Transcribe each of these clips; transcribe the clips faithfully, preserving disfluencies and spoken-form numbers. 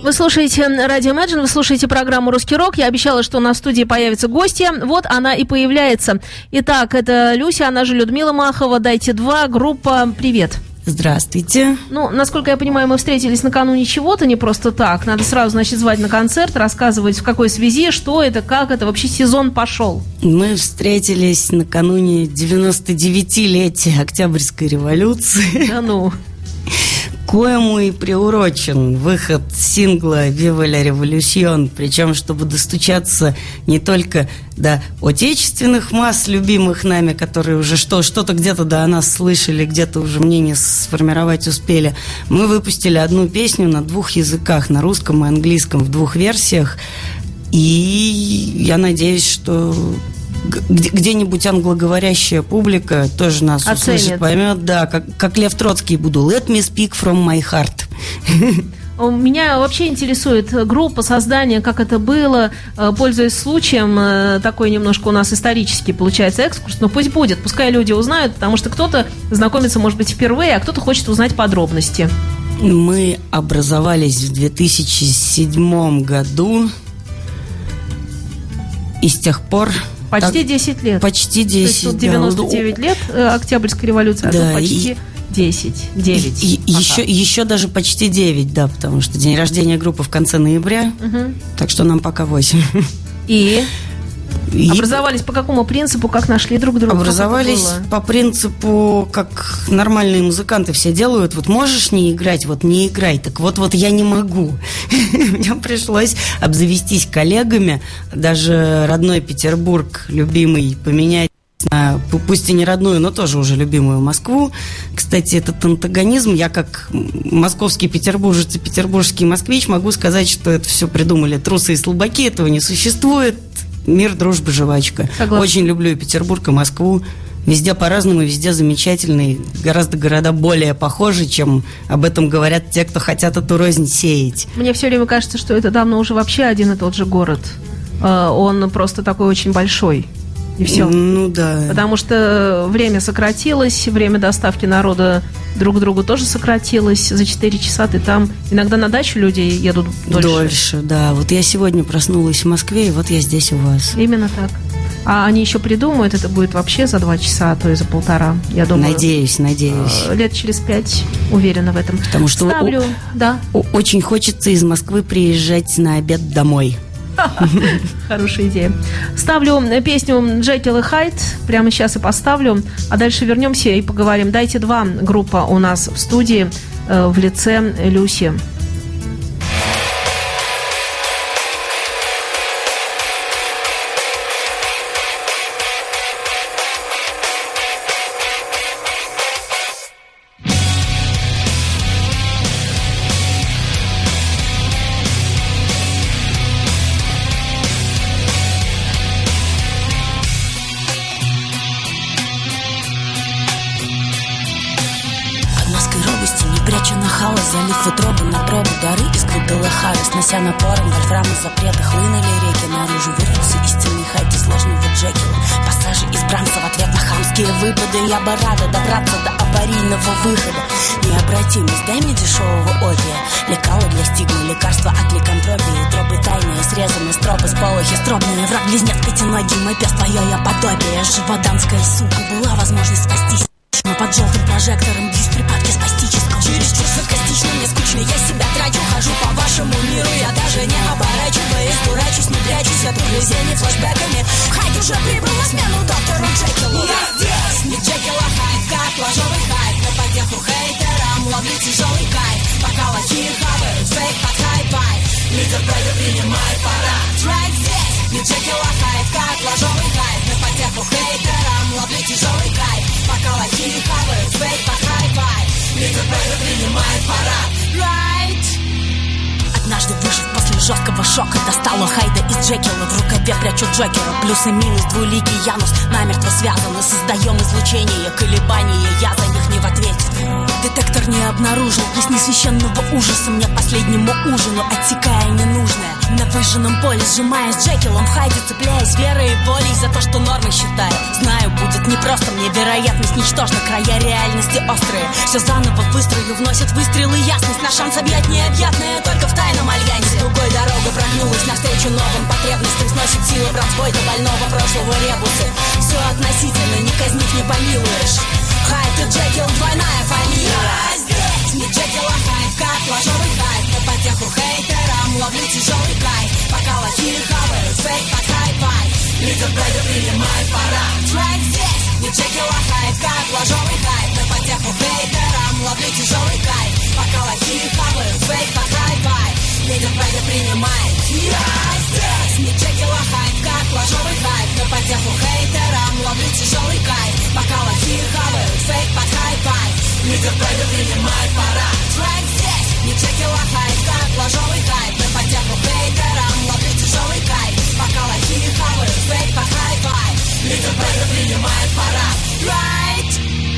Вы слушаете радио Imagine, вы слушаете программу «Русский рок». Я обещала, что на студии появится гостья. Вот она и появляется. Итак, это Люся, она же Людмила Махова. Дайте два. Группа «Привет». Здравствуйте. Ну, насколько я понимаю, мы встретились накануне чего-то, не просто так. Надо сразу, значит, звать на концерт, рассказывать, в какой связи, что это, как это. Вообще сезон пошел. Мы встретились накануне девяносто-девятилетия Октябрьской революции. Да ну... Коему и приурочен выход сингла «Viva la Revolution», причем, чтобы достучаться не только до отечественных масс, любимых нами, которые уже что, что-то где-то до нас слышали, где-то уже мнение сформировать успели. Мы выпустили одну песню на двух языках, на русском и английском, в двух версиях. И я надеюсь, что... где-нибудь англоговорящая публика тоже нас оценит, услышит, поймет, да, как, как Лев Троцкий буду. Let me speak from my heart. Меня вообще интересует группа, создание, как это было. Пользуясь случаем, такой немножко у нас исторический получается экскурс, но пусть будет, пускай люди узнают, потому что кто-то знакомится, может быть, впервые, а кто-то хочет узнать подробности. Мы образовались в две тысячи седьмом году, и с тех пор... Почти десять лет. Почти десять. То есть тут девяносто девять да. лет Октябрьской революции, а да, тут почти и, десять. девять. И, и еще, еще даже почти девять, да, потому что день рождения группы в конце ноября, угу. Так что нам пока восемь. И? И образовались по какому принципу, как нашли друг друга? Образовались по принципу, как нормальные музыканты все делают. Вот можешь не играть, вот не играй. Так вот, вот я не могу. Мне пришлось обзавестись коллегами. Даже родной Петербург, любимый, поменять на, пусть и не родную, но тоже уже любимую Москву. Кстати, этот антагонизм, я как московский петербуржец и петербургский москвич могу сказать, что это все придумали трусы и слабаки, этого не существует. Мир, дружба, жвачка. Согласна. Очень люблю и Петербург, и Москву. Везде по-разному, везде замечательные. Гораздо города более похожи, чем об этом говорят те, кто хотят эту рознь сеять. Мне все время кажется, что это давно уже вообще один и тот же город. Он просто такой очень большой. И все. Ну да. Потому что время сократилось, время доставки народа друг к другу тоже сократилось. За четыре часа ты там. Иногда на дачу люди едут дольше. Дольше, да. Вот я сегодня проснулась в Москве, и вот я здесь у вас. Именно так. А они еще придумают, это будет вообще за два часа, а то и за полтора, я думаю. Надеюсь, надеюсь. Лет через пять, уверена в этом. Потому что Ставлю, у, да. у, очень хочется из Москвы приезжать на обед домой. Хорошая идея. Ставлю песню Джекил и Хайд. Прямо сейчас и поставлю. А дальше вернемся и поговорим. Дайте два. Группа у нас в студии э, в лице Люси. Залив утробы на пробу дары из глубины Лахары, снося напором вольфрама запрета, хлынули реки наружу, вырвался истинный Хайд из сложного Джекила. Пассажи избранца в ответ на хамские выпады. Я бы рада добраться до аварийного выхода. Необратимость, дай мне дешевого опия. Лекала для стигмы, лекарства от ликантропии. Тропы тайные, срезаны стропы, сполохи стробные. Враг близнец пятиногий, мой пес, твое я подобие. Живоданская сука, была возможность спастись. Но под желтым прожектором бьюсь в припадке спастическом. Чересчур саркастично, мне скучно, я себя трачу. Хожу по вашему миру, я даже не оборачиваюсь. Дурачусь, не прячусь от угрызений флешбэками. Хайд уже прибыл на смену доктору Джекилу. Я здесь, не Джекил, а Хайд, как ложовый Хайд. На поддержку хейтерам ловлю тяжелый кайф. Пока лохи хавают, фейк под хай-фай. Лидер брейда принимает парад. Трек здесь, не Джекил, а Хайд, как ложовый Хайд. На поддержку хейтерам ловлю тяжелый кайф. Пока лохи хавают, фейк под хай-фай. Лидер брейда принимает парад. Right. Однажды выжив после жесткого шока, достала Хайда из Джекила. В рукаве прячу Джокера. Плюс и минус, двуликий Янус намертво связаны. Создаем излучение, колебания. Я за них не в ответе. Детектор не обнаружил плесни священного ужаса. Мне последнему ужину отсекая ненужное. На выжженном поле, сжимаясь Джекилом в Хайде, цепляясь верой и волей за то, что нормой считаю. Знаю, будет непросто, мне вероятность ничтожна. Края реальности острые. Все заново выстрою вносят выстрелы ясность. На шанс объять необъятное только в тайном альянсе. навстречу новым потребностям, сносит силы бронзбой до больного прошлого ребусы. Все относительно, не казнить не помилуешь. Хайд и Джекил, двойная фамилия. Здесь не Джекил, а Хайд, как ложовый хайд. На потеху хейтерам ловлю тяжелый кайф. Пока лохи хавают фейк под хай-фай. Лидер брейда принимает пора. Трек здесь не Джекил, а Хайд, как ложовый хайд. На потеху хейтерам ловлю тяжелый кайф. Пока лохи хавают фейк под хай-фай. Лидер брейда принимает. Я здесь не Джекил, а Хайд, как ложовый хайд. На потеху хейтерам ловлю тяжелый кайф. Пока лохи хавают фейк под хай-фай. Лидер брейда принимает пора. Трек здесь не Джекил, а Хайд, как ложовый хайд. На потеху хейтерам ловлю тяжелый кайф. Пока лохи хавают фейк под хай-фай. Лидер брейда принимает пора. Right?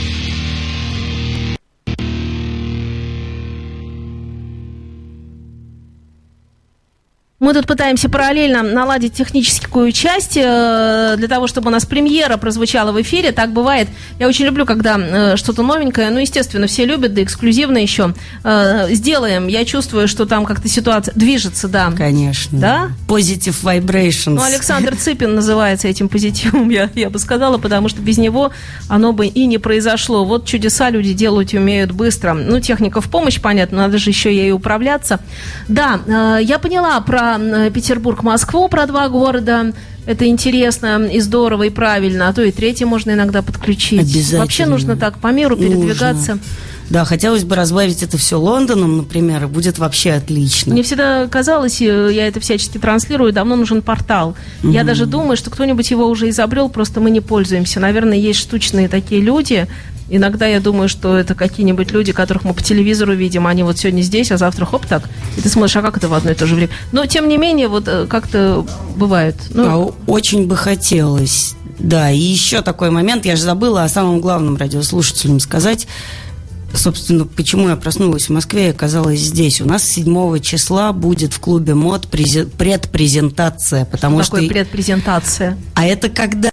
Мы тут пытаемся параллельно наладить техническую часть э, для того, чтобы у нас премьера прозвучала в эфире. Так бывает. Я очень люблю, когда э, что-то новенькое. Ну, естественно, все любят, да эксклюзивно еще. Э, сделаем. Я чувствую, что там как-то ситуация движется, да. Конечно. Да? Positive vibrations. Ну, Александр Цыпин называется этим позитивом, я, я бы сказала, потому что без него оно бы и не произошло. Вот чудеса люди делать умеют быстро. Ну, техника в помощь, понятно, надо же еще ей управляться. Да, э, я поняла про Петербург, Москву, про два города. Это интересно и здорово, и правильно. А то и третий можно иногда подключить. Обязательно. Вообще нужно так по миру передвигаться. Нужно. Да, хотелось бы разбавить это все Лондоном, например, и будет вообще отлично. Мне всегда казалось, я это всячески транслирую, давно нужен портал. Mm-hmm. Я даже думаю, что кто-нибудь его уже изобрел, просто мы не пользуемся. Наверное, есть штучные такие люди. Иногда я думаю, что это какие-нибудь люди, которых мы по телевизору видим, они вот сегодня здесь, а завтра хоп так, и ты смотришь, а как это в одно и то же время? Но, тем не менее, вот как-то бывает. Ну... А, очень бы хотелось. Да, и еще такой момент, я же забыла о самом главном радиослушателям сказать. Собственно, почему я проснулась в Москве и оказалась здесь. У нас седьмого числа будет в клубе МОД предпрезентация. Потому что такое что... предпрезентация? А это когда...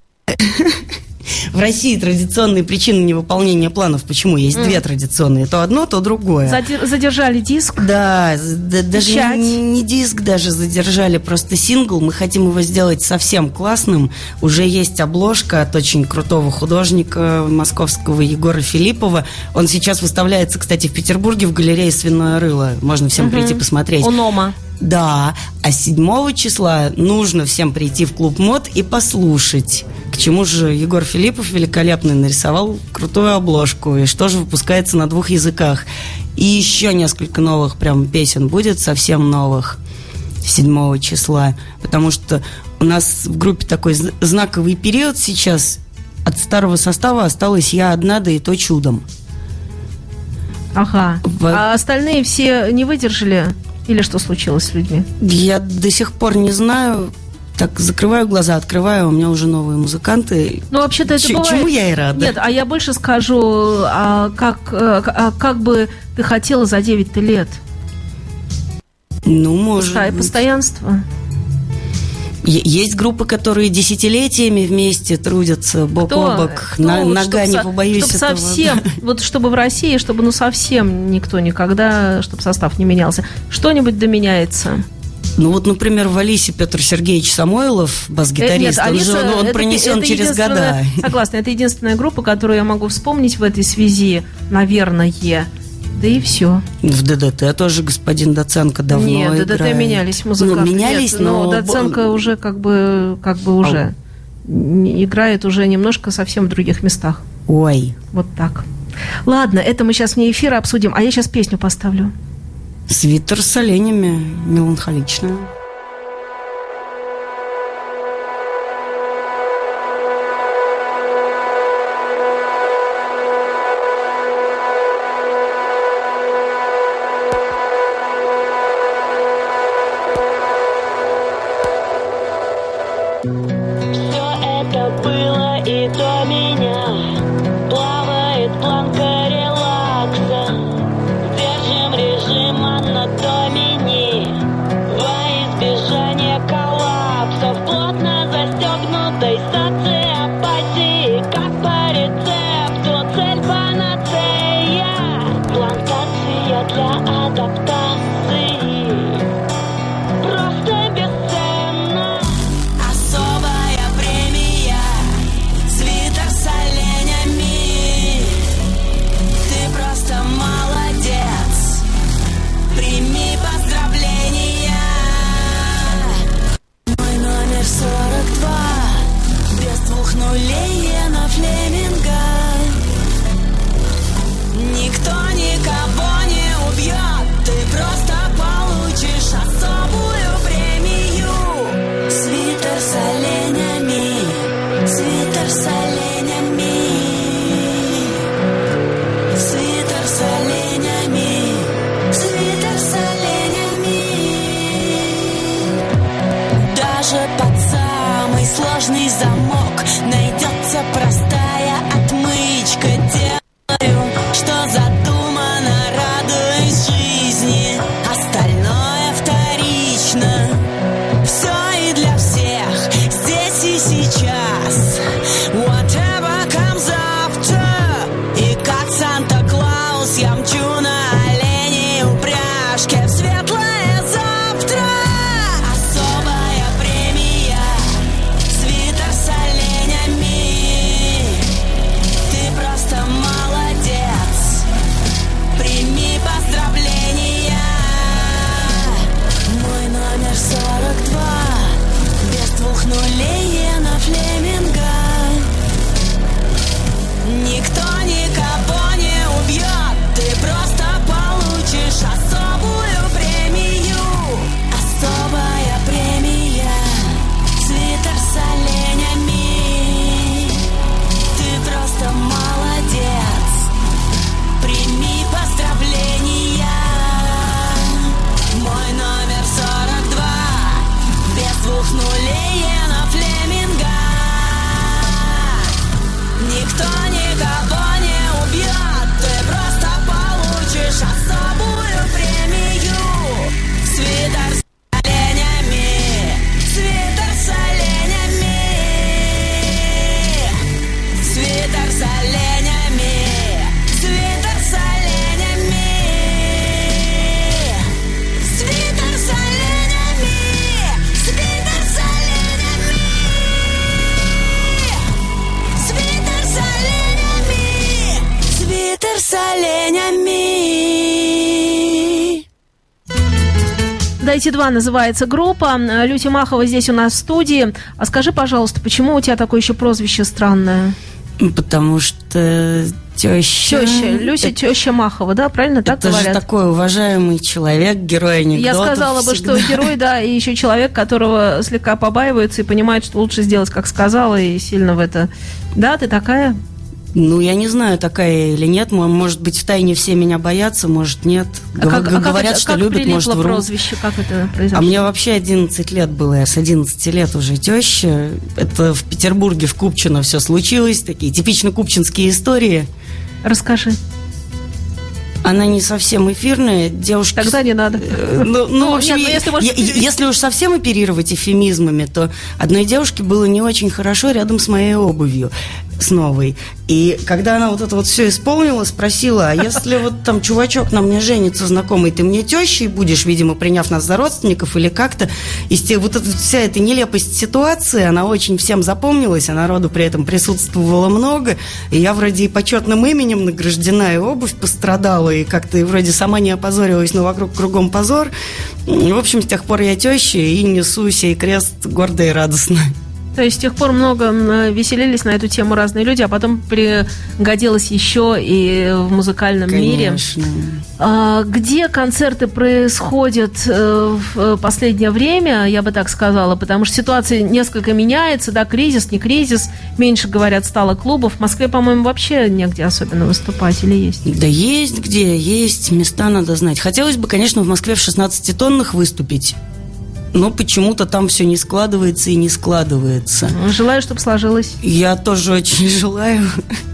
В России традиционные причины невыполнения планов. Почему? Есть mm. две традиционные. То одно, то другое. Задер- задержали диск? Да, да даже не, не диск даже задержали, просто сингл. Мы хотим его сделать совсем классным. Уже есть обложка от очень крутого художника московского Егора Филиппова. Он сейчас выставляется, кстати, в Петербурге в галерее «Свиное рыло». Можно всем mm-hmm. прийти посмотреть. Онома. Да, а седьмого числа нужно всем прийти в клуб МОД и послушать. К чему же Егор Филиппов великолепно нарисовал крутую обложку. И что же выпускается на двух языках. И еще несколько новых прям песен будет, совсем новых, седьмого числа. Потому что у нас в группе такой знаковый период сейчас. От старого состава осталась я одна, да и то чудом. Ага. В... А остальные все не выдержали? Или что случилось с людьми? Я до сих пор не знаю. Так, закрываю глаза, открываю, у меня уже новые музыканты. Ну, вообще-то это Ч- бывает... Чему я и рада. Нет, а я больше скажу, а как, а как бы ты хотела за девять лет? Ну, может Пусто... быть. Постоянство. Есть группы, которые десятилетиями вместе трудятся бок Кто? о бок. Кто? На, Вот, нога не со... побоюсь чтобы этого. совсем, вот чтобы в России, чтобы ну совсем никто никогда, чтобы состав не менялся. Что-нибудь доменяется. Ну вот, например, в Алисе Петр Сергеевич Самойлов, бас-гитарист, Нет, он, Алиса, же, он, он это, пронесен это через года. Согласна, это единственная группа, которую я могу вспомнить в этой связи, наверное. Да и все. В ДДТ тоже господин Доценко давно Нет, играет. ДДТ менялись музыканты. Ну, менялись, Нет, но... но Доценко уже как бы, как бы уже играет уже немножко совсем в других местах. Ой. Вот так. Ладно, это мы сейчас вне эфира обсудим, а я сейчас песню поставлю. Свитер с оленями, меланхоличная. Для адаптации просто бесцельно. замок, найдется простая отмычка. Делаю, что задумано, радуюсь жизни, остальное вторично. Все и для всех, здесь и сейчас. Whatever comes after. И как Санта-Клаус я мчу на оленей упряжке в светлое завтра. Особая премия, свитер с оленями. Ты просто молодец, прими поздравления. Мой номер сорок два, без двух нулей на Флеминга. Никто никого не убьет, ты просто получишь особую премию. Особая премия, свитер с оленями. Ты просто молодец, прими поздравления. Мой номер сорок два, без двух нулей на Флеминга. Никто никого не убьет, ты просто получишь особую премию. Свитер с оленями, свитер с оленями, свитер с оленями, свитер с оленями, свитер с оленями, свитер с оленями. Свитер с оленями, свитер с оленями. «Дайте два» называется группа. Люся Махова здесь у нас в студии. А скажи, пожалуйста, почему у тебя такое еще прозвище странное? Потому что теща... Теща. Люся это, теща Махова, да? Правильно так это говорят? Это же такой уважаемый человек, герой анекдотов. Я сказала бы, всегда. что герой, да, и еще человек, которого слегка побаиваются и понимает, что лучше сделать, как сказала, и сильно в это... Да, ты такая? Ну, я не знаю, такая или нет. Может быть, втайне все меня боятся, может, нет. А как, а Говорят, как что как любят, может, прилипло врут. прозвище? Как это произошло? А мне вообще одиннадцать лет было. Я с одиннадцати лет уже теща. Это в Петербурге, в Купчино все случилось. Такие типично купчинские истории. Расскажи. Она не совсем эфирная. Девушки... Тогда не надо. Ну, ну, в общем, нет, ну, если, может... е- если уж совсем оперировать эвфемизмами, то одной девушке было не очень хорошо рядом с моей обувью, с новой. И когда она вот это вот все исполнила, спросила, а если вот там чувачок на мне женится, знакомый, ты мне тещей будешь, видимо, приняв нас за родственников или как-то. И вот эта, вся эта нелепость ситуации, она очень всем запомнилась, а народу при этом присутствовало много. И я вроде и почетным именем награждена, и обувь пострадала, и как-то и вроде сама не опозорилась, но вокруг кругом позор. И, в общем, с тех пор я теща и несу сей крест гордо и радостно. То есть с тех пор много веселились на эту тему разные люди, а потом пригодилось еще и в музыкальном Конечно. мире. А где концерты происходят в последнее время, я бы так сказала, потому что ситуация несколько меняется, да, кризис, не кризис, меньше, говорят, стало клубов. В Москве, по-моему, вообще негде особенно выступать или есть? Да есть где, есть, места надо знать. Хотелось бы, конечно, в Москве в шестнадцатитонных выступить. Но почему-то там все не складывается и не складывается. Желаю, чтобы сложилось. Я тоже очень желаю.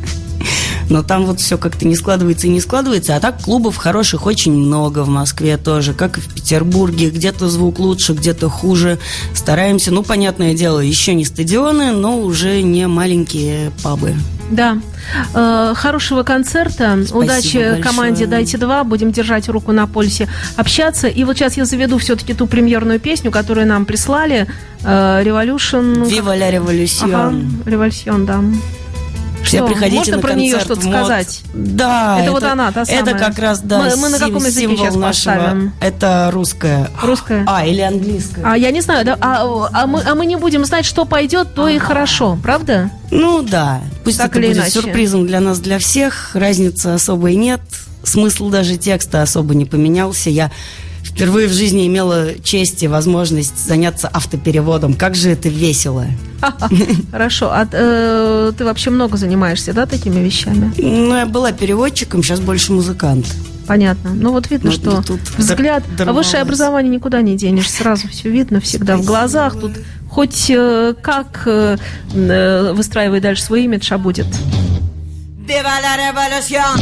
Но там вот все как-то не складывается и не складывается. А так клубов хороших очень много в Москве тоже, как и в Петербурге. Где-то звук лучше, где-то хуже. Стараемся, ну, понятное дело, еще не стадионы, но уже не маленькие пабы. Да. Э, хорошего концерта. Спасибо Удачи большое. команде «Дайте два». Будем держать руку на пульсе, общаться. И вот сейчас я заведу все-таки ту премьерную песню, которую нам прислали. Э, «Revolution». «Viva la Revolution». Ага, «Revolution», да. Все Что? приходите Можно на про концерт нее что-то МОД. сказать? Да. Это, это вот она, та самая. Это как раз, да, Мы, мы на каком языке символ сейчас нашего... поставим? Это русская. Русская. А, или английская. А я не знаю, да? А, а, мы, а мы не будем знать, что пойдет, то и хорошо, правда? Ну да. Пусть Так это или будет иначе. сюрпризом для нас, для всех. Разницы особой нет. Смысл даже текста особо не поменялся. Я впервые в жизни имела честь и возможность заняться автопереводом. Как же это весело. Хорошо. А э, ты вообще много занимаешься, да, такими вещами? Ну, я была переводчиком, сейчас больше музыкант. Понятно. Ну вот видно, Ну, что тут взгляд, а дорвалась. высшее образование никуда не денешь. Сразу все видно, всегда в глазах. Тут хоть э, как э, э, выстраивай дальше свой имидж, а будет. Viva la revolución!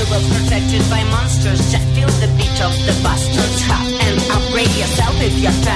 Protected by monsters, just feel the beat of the bastards. Have and upgrade yourself if you're